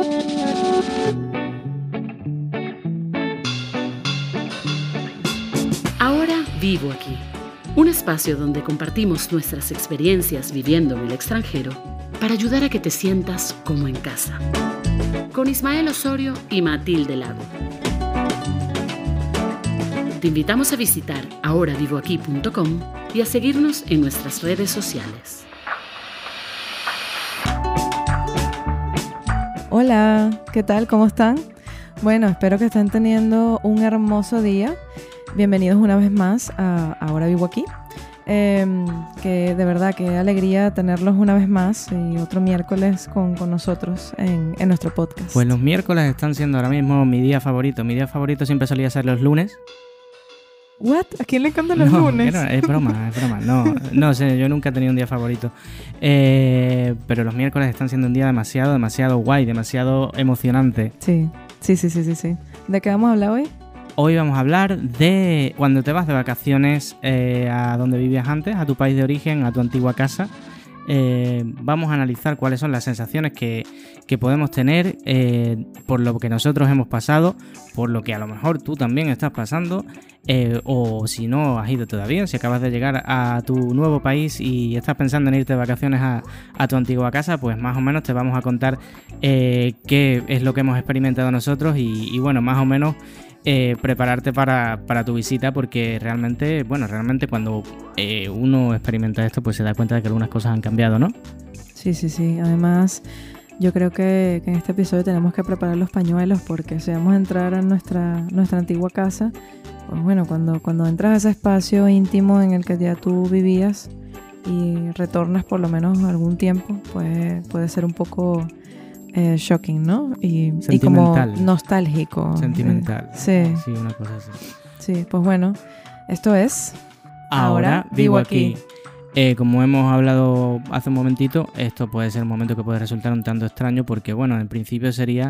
Ahora vivo aquí. Un espacio donde compartimos nuestras experiencias viviendo en el extranjero para ayudar a que te sientas como en casa. Con Ismael Osorio y Matilde Lago. Te invitamos a visitar ahoravivoaquí.com y a seguirnos en nuestras redes sociales. Hola, ¿qué tal? ¿Cómo están? Bueno, espero que estén teniendo un hermoso día. Bienvenidos una vez más a Ahora Vivo Aquí. Que de verdad, qué alegría tenerlos una vez más y otro miércoles con nosotros en nuestro podcast. Pues los miércoles están siendo ahora mismo mi día favorito. Mi día favorito siempre solía ser los lunes. ¿What? ¿A quién le encantan los lunes? Es broma. No sé, yo nunca he tenido un día favorito. Pero los miércoles están siendo un día demasiado guay, demasiado emocionante. Sí. ¿De qué vamos a hablar hoy? Hoy vamos a hablar de cuando te vas de vacaciones a donde vivías antes, a tu país de origen, a tu antigua casa. Vamos a analizar cuáles son las sensaciones que podemos tener por lo que nosotros hemos pasado, por lo que a lo mejor tú también estás pasando, o si no has ido todavía, si acabas de llegar a tu nuevo país y estás pensando en irte de vacaciones a tu antigua casa, pues más o menos te vamos a contar qué es lo que hemos experimentado nosotros y bueno, más o menos prepararte para tu visita, porque realmente cuando uno experimenta esto, pues se da cuenta de que algunas cosas han cambiado, ¿no? Sí. Además, yo creo que en este episodio tenemos que preparar los pañuelos, porque si vamos a entrar a nuestra antigua casa, pues bueno, cuando entras a ese espacio íntimo en el que ya tú vivías y retornas por lo menos algún tiempo, pues puede ser un poco shocking, ¿no? Y como nostálgico. Sentimental. Sí, una cosa así. Sí, pues bueno, esto es Ahora Vivo Aquí. Como hemos hablado hace un momentito, esto puede ser un momento que puede resultar un tanto extraño porque, bueno, en principio sería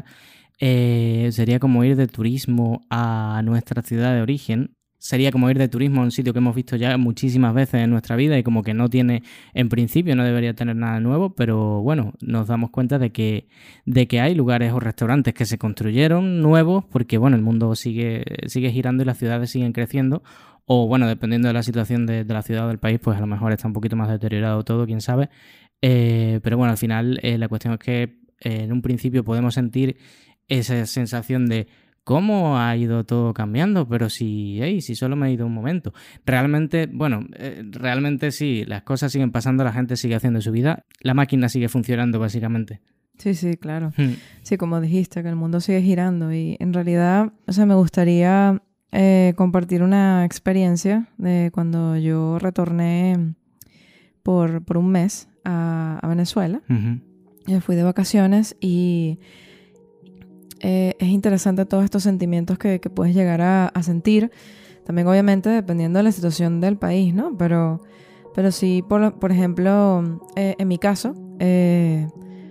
como ir de turismo a nuestra ciudad de origen. Sería como ir de turismo a un sitio que hemos visto ya muchísimas veces en nuestra vida y como que no tiene, en principio no debería tener nada nuevo, pero bueno, nos damos cuenta de que hay lugares o restaurantes que se construyeron nuevos porque bueno, el mundo sigue girando y las ciudades siguen creciendo, o bueno, dependiendo de la situación de la ciudad o del país, pues a lo mejor está un poquito más deteriorado todo, quién sabe, pero bueno, al final la cuestión es que en un principio podemos sentir esa sensación de ¿cómo ha ido todo cambiando? Pero si solo me he ido un momento. Realmente sí, las cosas siguen pasando, la gente sigue haciendo su vida, la máquina sigue funcionando básicamente. Sí, claro. Sí, como dijiste, que el mundo sigue girando y en realidad, o sea, me gustaría compartir una experiencia de cuando yo retorné por un mes a Venezuela. Uh-huh. Fui de vacaciones y es interesante todos estos sentimientos que puedes llegar a sentir. También obviamente dependiendo de la situación del país, ¿no? Pero sí, por ejemplo, en mi caso, el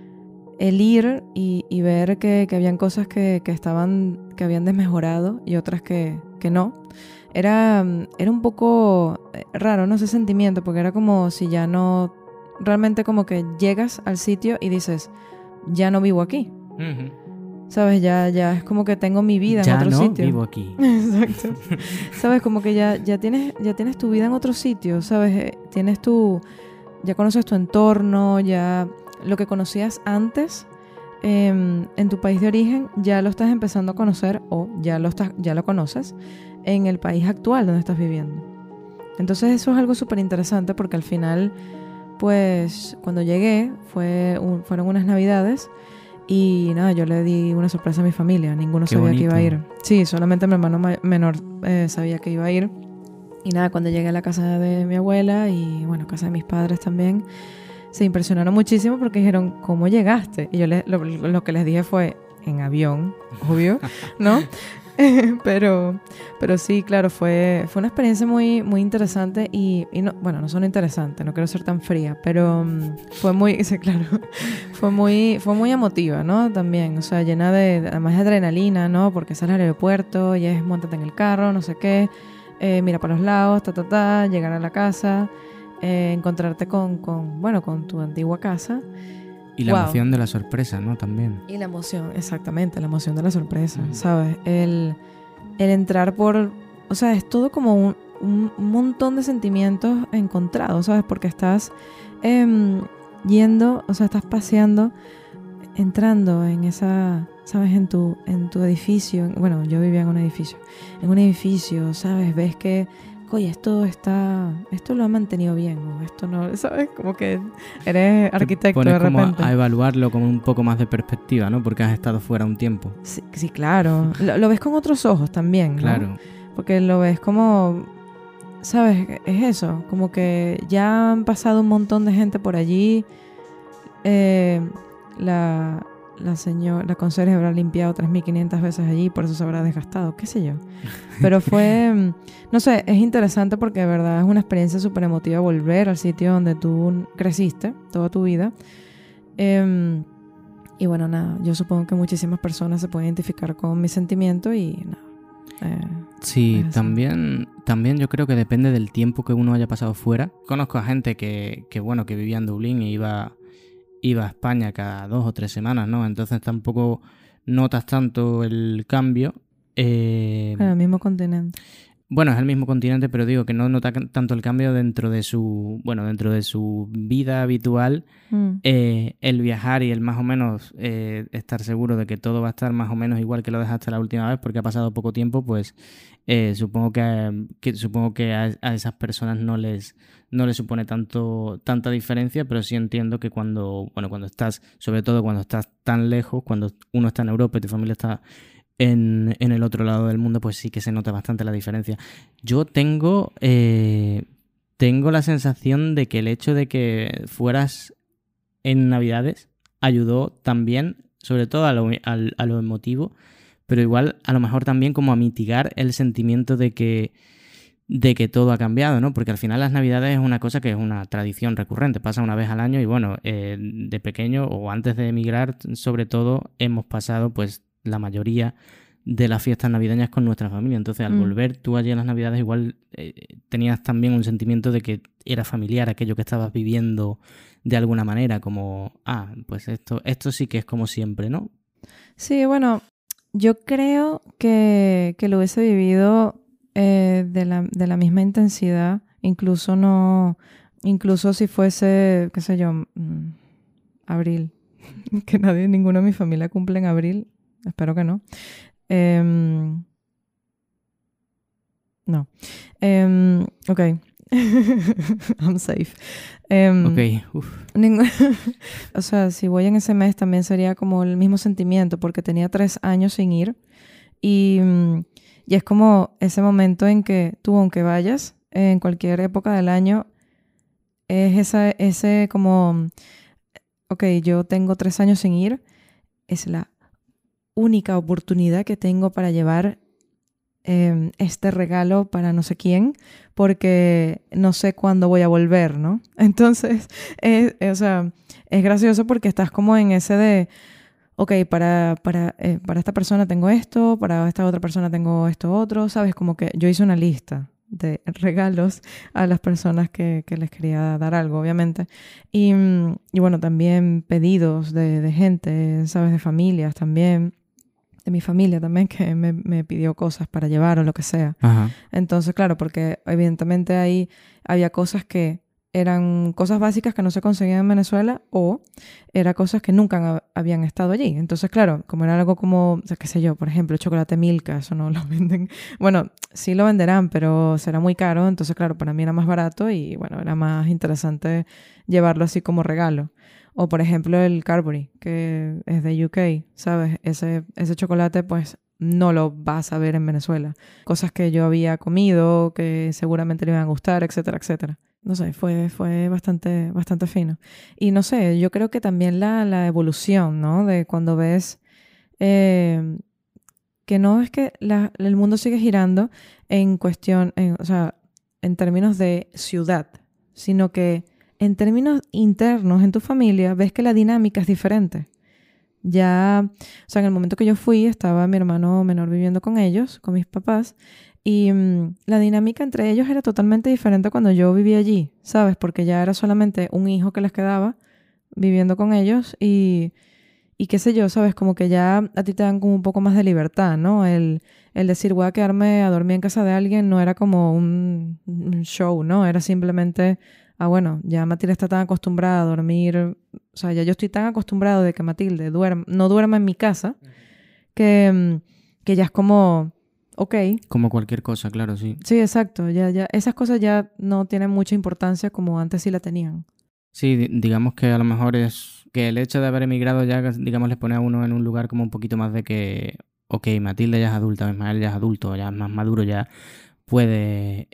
ir y ver que habían cosas que habían desmejorado y otras que no. Era un poco raro, ¿no? Ese sentimiento, porque era como si ya no... Realmente como que llegas al sitio y dices, ya no vivo aquí. Uh-huh. ¿Sabes? Ya es como que tengo mi vida en otro sitio. Ya no vivo aquí. Exacto. ¿Sabes? Como que ya tienes tu vida en otro sitio, ¿sabes? Ya conoces tu entorno, ya lo que conocías antes en tu país de origen, ya lo estás empezando a conocer o ya lo conoces en el país actual donde estás viviendo. Entonces eso es algo súper interesante porque al final, pues, cuando llegué fueron unas navidades. Y nada, yo le di una sorpresa a mi familia. Ninguno sabía que iba a ir. Sí, solamente mi hermano menor sabía que iba a ir. Y nada, cuando llegué a la casa de mi abuela y bueno, casa de mis padres también, se impresionaron muchísimo porque dijeron, ¿cómo llegaste? Y yo lo que les dije fue, en avión, obvio, ¿no? pero sí, claro, fue una experiencia muy, muy interesante y no, bueno, no solo interesante, no quiero ser tan fría, pero fue muy emotiva, ¿no? También, o sea, llena además de adrenalina, ¿no? Porque sales al aeropuerto y es móntate en el carro, no sé qué, mira para los lados, llegar a la casa, encontrarte con tu antigua casa. Y la wow. emoción de la sorpresa, ¿no? También. Y la emoción, exactamente, la emoción de la sorpresa, ¿sabes? El entrar por... O sea, es todo como un montón de sentimientos encontrados, ¿sabes? Porque estás yendo, o sea, estás paseando, entrando en esa, ¿sabes? En tu edificio. Bueno, yo vivía en un edificio, ¿sabes? Ves que, oye, esto lo ha mantenido bien, o esto no, ¿sabes? Como que eres arquitecto Te pones de repente. como a evaluarlo con un poco más de perspectiva, ¿no? Porque has estado fuera un tiempo. Sí, claro. Lo ves con otros ojos también, ¿no? Claro. Porque lo ves como, ¿sabes? Es eso, como que ya han pasado un montón de gente por allí. La conserje habrá limpiado 3.500 veces allí, por eso se habrá desgastado, qué sé yo. Pero fue, no sé, es interesante porque de verdad es una experiencia súper emotiva volver al sitio donde tú creciste toda tu vida. Y bueno, nada, yo supongo que muchísimas personas se pueden identificar con mi sentimiento y nada. Sí, también yo creo que depende del tiempo que uno haya pasado fuera. Conozco a gente que vivía en Dublín y iba a España cada 2 o 3 semanas, ¿no? Entonces tampoco notas tanto el cambio. En el mismo continente. Bueno, es el mismo continente, pero digo que no nota tanto el cambio dentro de su vida habitual. El viajar y el más o menos estar seguro de que todo va a estar más o menos igual que lo dejaste la última vez porque ha pasado poco tiempo, pues supongo que a esas personas no les supone tanta diferencia, pero sí entiendo que cuando estás, sobre todo cuando estás tan lejos, cuando uno está en Europa y tu familia está en el otro lado del mundo, pues sí que se nota bastante la diferencia. Yo tengo la sensación de que el hecho de que fueras en Navidades ayudó también, sobre todo a lo emotivo, pero igual a lo mejor también como a mitigar el sentimiento de que todo ha cambiado, ¿no? Porque al final las Navidades es una cosa que es una tradición recurrente, pasa una vez al año y bueno, de pequeño o antes de emigrar, sobre todo, hemos pasado pues la mayoría de las fiestas navideñas con nuestra familia. Entonces, al volver tú allí en las Navidades, igual tenías también un sentimiento de que era familiar aquello que estabas viviendo de alguna manera, como, pues esto sí que es como siempre, ¿no? Sí, bueno, yo creo que lo hubiese vivido de la misma intensidad, incluso si fuese, qué sé yo, abril, que ninguno de mi familia cumple en abril, espero que no. No. Ok. I'm safe. Ok. O sea, si voy en ese mes también sería como el mismo sentimiento porque tenía 3 años sin ir y es como ese momento en que tú, aunque vayas en cualquier época del año, es ese como, ok, yo tengo 3 años sin ir, es la única oportunidad que tengo para llevar este regalo para no sé quién, porque no sé cuándo voy a volver, ¿no? Entonces, o sea, es gracioso porque estás como en ese de, ok, para esta persona tengo esto, para esta otra persona tengo esto otro, ¿sabes? Como que yo hice una lista de regalos a las personas que les quería dar algo, obviamente. Y bueno, también pedidos de gente, ¿sabes? De familias también. De mi familia también, que me pidió cosas para llevar o lo que sea. Ajá. Entonces, claro, porque evidentemente ahí había cosas que eran cosas básicas que no se conseguían en Venezuela o eran cosas que nunca habían estado allí. Entonces, claro, como era algo como, o sea, qué sé yo, por ejemplo, chocolate Milka, eso no lo venden. Bueno, sí lo venderán, pero será muy caro. Entonces, claro, para mí era más barato y, bueno, era más interesante llevarlo así como regalo. O, por ejemplo, el Cadbury, que es de UK, ¿sabes? Ese chocolate, pues, no lo vas a ver en Venezuela. Cosas que yo había comido, que seguramente le iban a gustar, etcétera, etcétera. No sé, fue bastante fino. Y no sé, yo creo que también la evolución, ¿no? De cuando ves que no es que el mundo sigue girando en cuestión, o sea, en términos de ciudad, sino que en términos internos en tu familia ves que la dinámica es diferente. Ya, o sea, en el momento que yo fui estaba mi hermano menor viviendo con ellos, con mis papás, y la dinámica entre ellos era totalmente diferente cuando yo vivía allí, ¿sabes? Porque ya era solamente un hijo que les quedaba, viviendo con ellos y qué sé yo, ¿sabes? Como que ya a ti te dan como un poco más de libertad, ¿no? El decir voy a quedarme a dormir en casa de alguien no era como un show, ¿no? Era simplemente, bueno, ya Matilde está tan acostumbrada a dormir, o sea, ya yo estoy tan acostumbrado de que Matilde no duerma en mi casa que ya es como, ok. Como cualquier cosa, claro, sí. Sí, exacto, ya, esas cosas ya no tienen mucha importancia como antes sí la tenían. Sí, digamos que a lo mejor es que el hecho de haber emigrado ya, digamos, les pone a uno en un lugar como un poquito más de que, ok, Matilde ya es adulta, Ismael ya es adulto, ya es más maduro, ya puede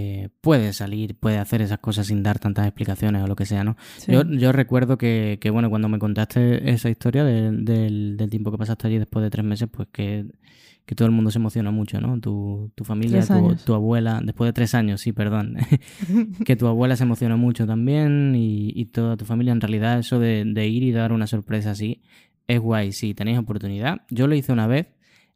salir, puede hacer esas cosas sin dar tantas explicaciones o lo que sea, ¿no? Sí. Yo recuerdo que, bueno, cuando me contaste esa historia del tiempo que pasaste allí después de 3 meses, pues que todo el mundo se emocionó mucho, ¿no? Tu familia, tu abuela, después de 3 años, sí, perdón, que tu abuela se emocionó mucho también y toda tu familia. En realidad eso de ir y dar una sorpresa así es guay, si tenéis oportunidad. Yo lo hice una vez,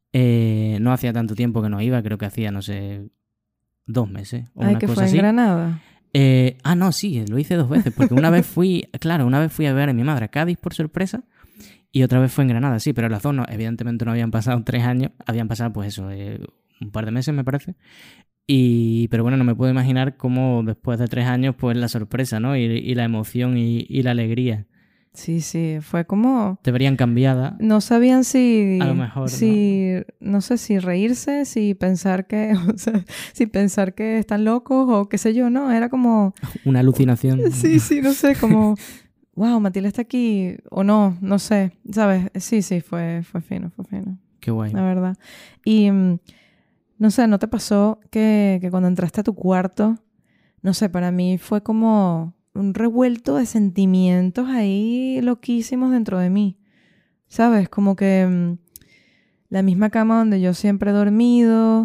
no hacía tanto tiempo que no iba, creo que hacía, no sé, 2 meses o una que cosa fue así. En Granada. No, sí, lo hice 2 veces, porque una vez fui a ver a mi madre a Cádiz por sorpresa. Y otra vez fue en Granada, sí, pero las dos no, evidentemente no habían pasado 3 años, habían pasado pues eso, un par de meses me parece. Pero bueno, no me puedo imaginar cómo después de 3 años pues la sorpresa, ¿no? Y la emoción y la alegría. Sí, fue como... Te verían cambiada. No sabían si... A lo mejor, no sé, si reírse, si pensar que... O sea, si pensar que están locos o qué sé yo, ¿no? Era como... Una alucinación. Sí, no sé, como... Wow, Matilde está aquí, o no sé, ¿sabes? Sí, fue fino. Qué guay. La verdad. Y, no sé, ¿no te pasó que cuando entraste a tu cuarto, no sé, para mí fue como un revuelto de sentimientos ahí loquísimos dentro de mí? ¿Sabes? Como que la misma cama donde yo siempre he dormido,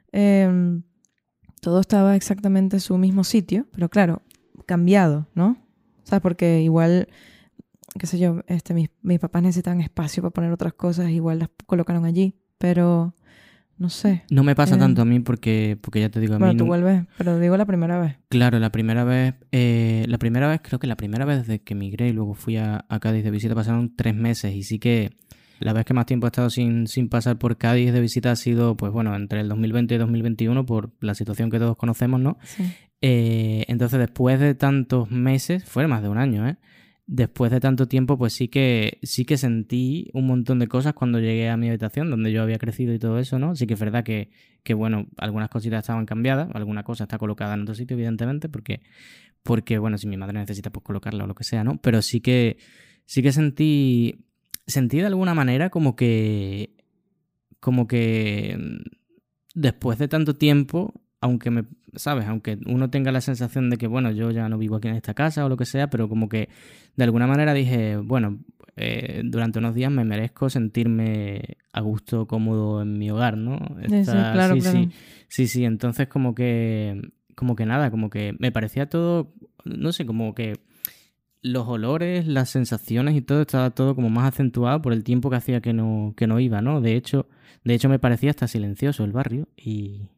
todo estaba exactamente en su mismo sitio, pero claro, cambiado, ¿no? ¿Sabes? Porque igual, qué sé yo, mis papás necesitan espacio para poner otras cosas, igual las colocaron allí, pero no sé. No me pasa tanto a mí porque ya te digo, a mí... Bueno, tú vuelves, pero digo la primera vez. Claro, la primera vez, creo que la primera vez desde que emigré y luego fui a Cádiz de visita pasaron 3 meses y sí que la vez que más tiempo he estado sin pasar por Cádiz de visita ha sido, pues bueno, entre el 2020 y 2021 por la situación que todos conocemos, ¿no? Sí. Entonces después de tantos meses, fue más de un año, después de tanto tiempo, pues sí que sentí un montón de cosas cuando llegué a mi habitación, donde yo había crecido y todo eso, ¿no? Sí que es verdad que bueno, algunas cositas estaban cambiadas, alguna cosa está colocada en otro sitio, evidentemente, porque bueno, si mi madre necesita, pues colocarla o lo que sea, ¿no? Pero sí que sentí de alguna manera como que después de tanto tiempo, aunque aunque uno tenga la sensación de que, bueno, yo ya no vivo aquí en esta casa o lo que sea, pero como que de alguna manera dije, bueno, durante unos días me merezco sentirme a gusto, cómodo en mi hogar, ¿no? Claro. Sí, entonces como que nada, como que me parecía todo, no sé, como que los olores, las sensaciones y todo estaba todo como más acentuado por el tiempo que hacía que no iba, ¿no? De hecho me parecía hasta silencioso el barrio y...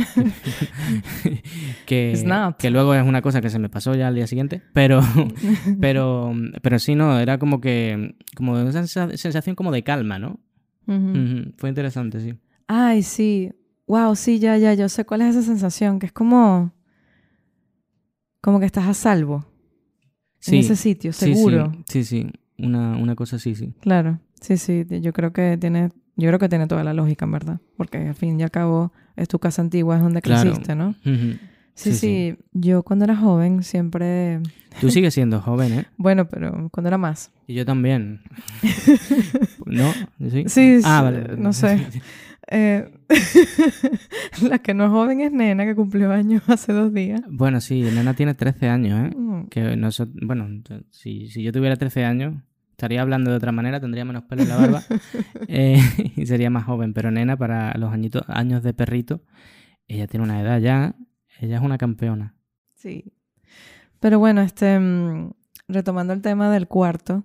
que luego es una cosa que se me pasó ya al día siguiente, pero sí, no, era como una sensación como de calma, ¿no? Uh-huh. Fue interesante, sí. Ay, sí. Wow, sí, ya, yo sé cuál es esa sensación, que es como que estás a salvo. Sí, en ese sitio, seguro. Sí, una cosa así, sí. Claro, sí, yo creo que tiene toda la lógica, en verdad, porque al fin y al cabo es tu casa antigua, es donde creciste, ¿no? Uh-huh. Sí, yo cuando era joven siempre... Tú sigues siendo joven, ¿eh? Bueno, pero cuando era más. Y yo también. ¿No? ¿Sí? Sí, vale. No sé. La que no es joven es Nena, que cumplió años hace 2 días. Bueno, sí, Nena tiene 13 años, ¿eh? Que bueno, si yo tuviera 13 años, estaría hablando de otra manera, tendría menos pelo en la barba y sería más joven. Pero Nena, para los años de perrito, ella tiene una edad ya, ella es una campeona. Sí. Pero bueno, retomando el tema del cuarto,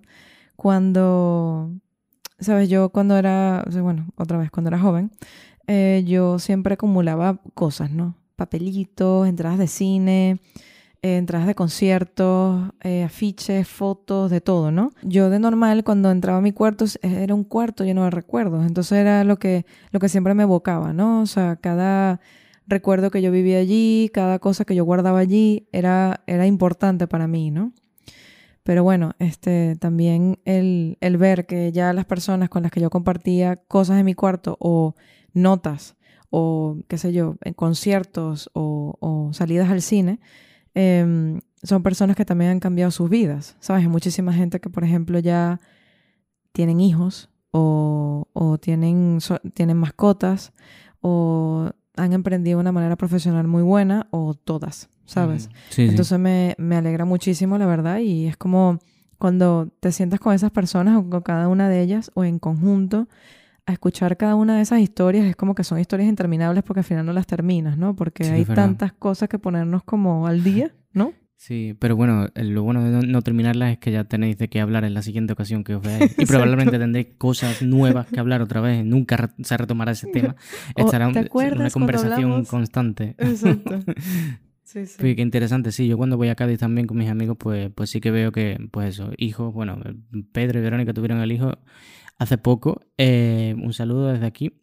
¿sabes? Yo cuando era, bueno, otra vez, cuando era joven, yo siempre acumulaba cosas, ¿no? Papelitos, entradas de cine, entradas de conciertos, afiches, fotos, de todo, ¿no? Yo de normal cuando entraba a mi cuarto era un cuarto lleno de recuerdos, entonces era lo que siempre me evocaba, ¿no? O sea, cada recuerdo que yo vivía allí, cada cosa que yo guardaba allí era importante para mí, ¿no? Pero bueno, también el ver que ya las personas con las que yo compartía cosas en mi cuarto o notas o qué sé yo, en conciertos o salidas al cine, son personas que también han cambiado sus vidas, ¿sabes? Hay muchísima gente que, por ejemplo, ya tienen hijos o tienen mascotas o han emprendido una manera profesional muy buena o todas, ¿sabes? Sí, Entonces me alegra muchísimo, la verdad, y es como cuando te sientas con esas personas o con cada una de ellas o en conjunto a escuchar cada una de esas historias, es como que son historias interminables porque al final no las terminas, ¿no? Porque sí, hay es verdad. tantas cosas que ponernos como al día, ¿no? Sí, pero bueno, lo bueno de no terminarlas es que ya tenéis de qué hablar en la siguiente ocasión que os veáis. Y probablemente tendréis cosas nuevas que hablar otra vez. Nunca se retomará ese tema. Estará ¿Te acuerdas una conversación hablamos? constante. Exacto. Sí, sí. Qué interesante, sí. Yo cuando voy a Cádiz también con mis amigos, pues sí que veo que, pues eso, hijos, bueno, Pedro y Verónica tuvieron el hijo hace poco. Un saludo desde aquí.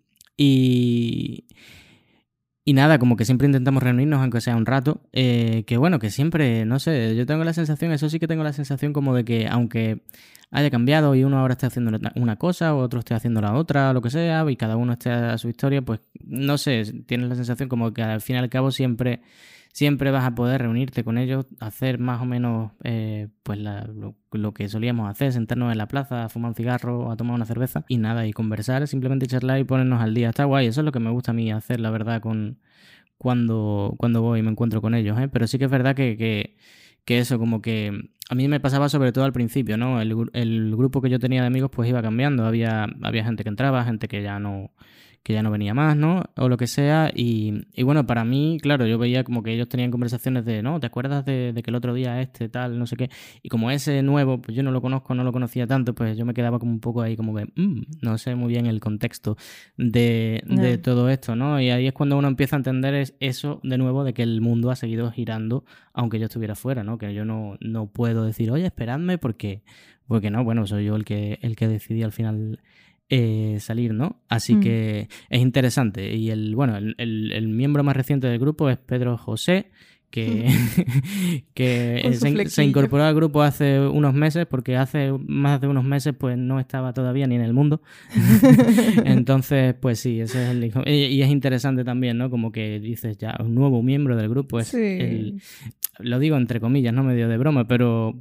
Y nada, como que siempre intentamos reunirnos, aunque sea un rato, que bueno, que siempre, no sé, yo tengo la sensación, eso sí que tengo la sensación como de que aunque haya cambiado y uno ahora esté haciendo una cosa, o otro esté haciendo la otra, o lo que sea, y cada uno esté a su historia, pues no sé, tienes la sensación como que al fin y al cabo siempre vas a poder reunirte con ellos, hacer más o menos pues lo que solíamos hacer, sentarnos en la plaza, a fumar un cigarro, a tomar una cerveza y nada, y conversar, simplemente charlar y ponernos al día. Está guay, eso es lo que me gusta a mí hacer, la verdad, cuando voy y me encuentro con ellos, ¿eh? Pero sí que es verdad que eso, como que a mí me pasaba sobre todo al principio, ¿no? El grupo que yo tenía de amigos pues iba cambiando, había gente que entraba, gente que ya no venía más, ¿no? O lo que sea. Y bueno, para mí, claro, yo veía como que ellos tenían conversaciones de, ¿no? ¿Te acuerdas de que el otro día tal, no sé qué? Y como ese nuevo, pues yo no lo conozco, no lo conocía tanto, pues yo me quedaba como un poco ahí como que, no sé muy bien el contexto de todo esto, ¿no? Y ahí es cuando uno empieza a entender eso de nuevo, de que el mundo ha seguido girando, aunque yo estuviera fuera, ¿no? Que yo no puedo decir, oye, esperadme, porque no, bueno, soy yo el que decidí al final salir, ¿no? Así que es interesante. Y el miembro más reciente del grupo es Pedro José, que se incorporó al grupo hace unos meses, porque hace más de unos meses pues no estaba todavía ni en el mundo. Entonces, pues sí, ese es el hijo. Y es interesante también, ¿no? Como que dices ya, un nuevo miembro del grupo es lo digo entre comillas, no medio de broma, pero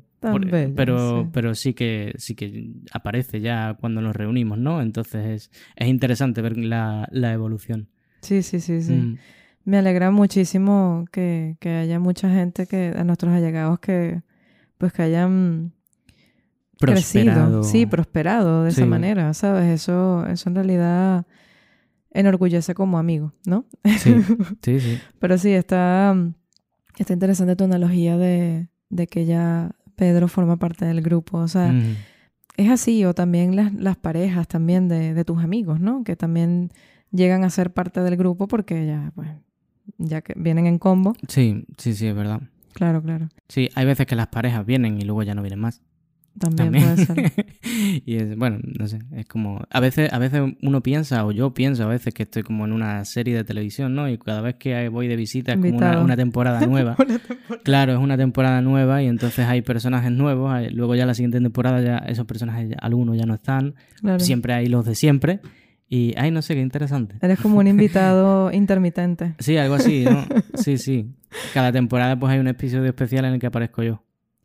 sí que aparece ya cuando nos reunimos, ¿no? Entonces es interesante ver la evolución. Sí. Me alegra muchísimo que haya mucha gente a nuestros allegados que hayan crecido, prosperado de esa manera, ¿sabes? Eso en realidad enorgullece como amigo, ¿no? Sí. Pero sí, está interesante tu analogía de que ya Pedro forma parte del grupo, o sea, es así, o también las parejas también de tus amigos, ¿no? Que también llegan a ser parte del grupo porque ya que vienen en combo. Sí, es verdad. Claro. Sí, hay veces que las parejas vienen y luego ya no vienen más. También puede ser. Y es, bueno, no sé, es como... A veces uno piensa, o yo pienso a veces que estoy como en una serie de televisión, ¿no? Y cada vez que voy de visita es como una temporada nueva. Claro, es una temporada nueva y entonces hay personajes nuevos. Luego ya la siguiente temporada ya esos personajes, algunos ya no están. Claro. Siempre hay los de siempre. Y, no sé, qué interesante. Eres como un invitado intermitente. Sí, algo así, ¿no? Sí. Cada temporada pues hay un episodio especial en el que aparezco yo.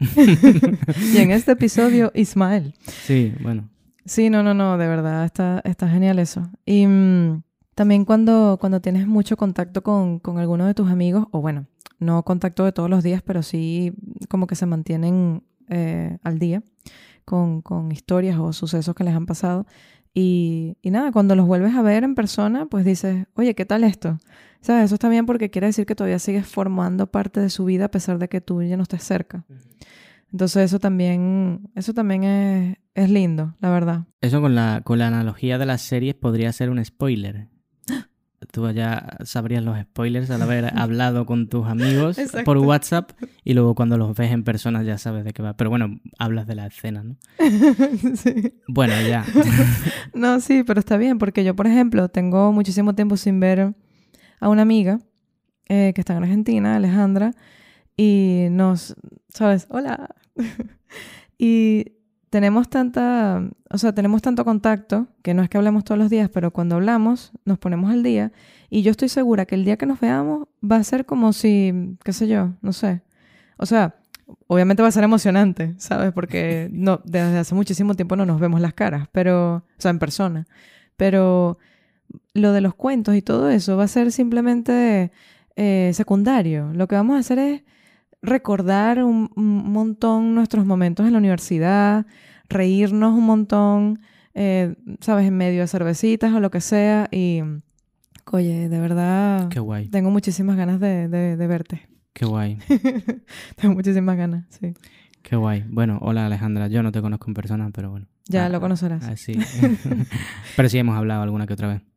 Y en este episodio, Ismael. Sí, bueno. Sí, no, de verdad, está genial eso. Y también cuando tienes mucho contacto con alguno de tus amigos, o bueno, no contacto de todos los días, pero sí como que se mantienen al día con historias o sucesos que les han pasado. Y nada, cuando los vuelves a ver en persona, pues dices, oye, ¿qué tal esto? ¿Sabes? Eso está bien porque quiere decir que todavía sigues formando parte de su vida a pesar de que tú ya no estés cerca. Entonces eso también es lindo, la verdad. Eso con la analogía de las series podría ser un spoiler. tú ya sabrías los spoilers al haber hablado con tus amigos Exacto. por WhatsApp y luego cuando los ves en persona ya sabes de qué va. Pero bueno, hablas de la escena, ¿no? Sí. Bueno, ya. No, sí, pero está bien, porque yo, por ejemplo, tengo muchísimo tiempo sin ver a una amiga que está en Argentina, Alejandra, y ¿sabes? Hola. Y tenemos tenemos tanto contacto, que no es que hablemos todos los días, pero cuando hablamos nos ponemos al día, y yo estoy segura que el día que nos veamos va a ser como si, qué sé yo, no sé. O sea, obviamente va a ser emocionante, ¿sabes? Porque desde hace muchísimo tiempo no nos vemos las caras, o sea, en persona. Pero lo de los cuentos y todo eso va a ser simplemente secundario. Lo que vamos a hacer es recordar un montón nuestros momentos en la universidad, reírnos un montón, ¿sabes? En medio de cervecitas o lo que sea. Y, oye, de verdad, Qué guay. tengo muchísimas ganas de verte. Qué guay. Tengo muchísimas ganas, sí. Qué guay. Bueno, hola Alejandra, yo no te conozco en persona, pero bueno. Ya lo conocerás. Sí. Pero sí hemos hablado alguna que otra vez.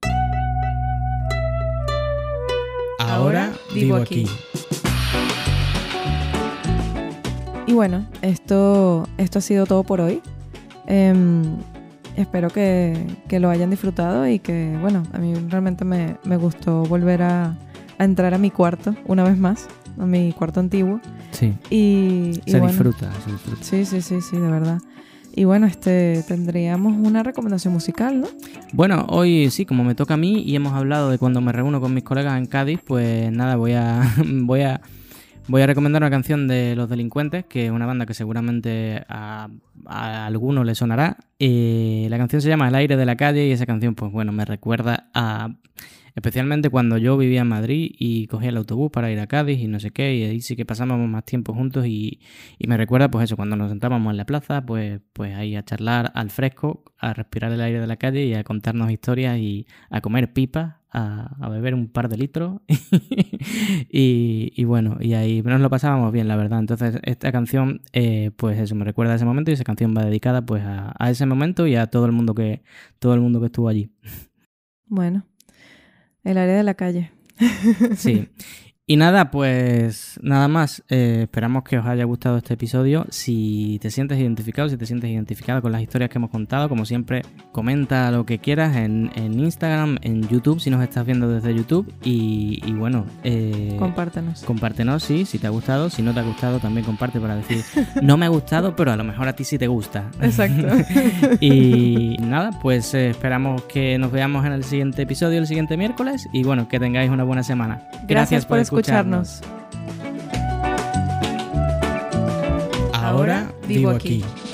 Ahora vivo aquí. Y bueno, esto ha sido todo por hoy. Espero que lo hayan disfrutado y que, bueno, a mí realmente me gustó volver a entrar a mi cuarto una vez más, a mi cuarto antiguo. Sí. Y Se bueno, disfruta. Sí, de verdad. Y bueno, tendríamos una recomendación musical, ¿no? Bueno, hoy sí, como me toca a mí y hemos hablado de cuando me reúno con mis colegas en Cádiz, pues nada, voy a recomendar una canción de Los Delincuentes, que es una banda que seguramente a alguno le sonará. La canción se llama El aire de la calle y esa canción, pues bueno, me recuerda especialmente cuando yo vivía en Madrid y cogía el autobús para ir a Cádiz y no sé qué, y ahí sí que pasábamos más tiempo juntos y me recuerda pues eso, cuando nos sentábamos en la plaza, pues ahí a charlar al fresco, a respirar el aire de la calle y a contarnos historias y a comer pipas, a beber un par de litros y bueno, y ahí nos lo pasábamos bien, la verdad. Entonces esta canción, pues eso, me recuerda a ese momento y esa canción va dedicada pues a ese momento y a todo el mundo que estuvo allí. Bueno, el aire de la calle. Sí. Y nada, pues nada más. Esperamos que os haya gustado este episodio. Si te sientes identificado, si te sientes identificado con las historias que hemos contado, como siempre, comenta lo que quieras en Instagram, en YouTube, si nos estás viendo desde YouTube. Y bueno, compártenos, sí, si te ha gustado. Si no te ha gustado, también comparte para decir, no me ha gustado, pero a lo mejor a ti sí te gusta. Exacto. Y nada, pues esperamos que nos veamos en el siguiente episodio, el siguiente miércoles. Y bueno, que tengáis una buena semana. Gracias por escucharnos. Ahora vivo aquí.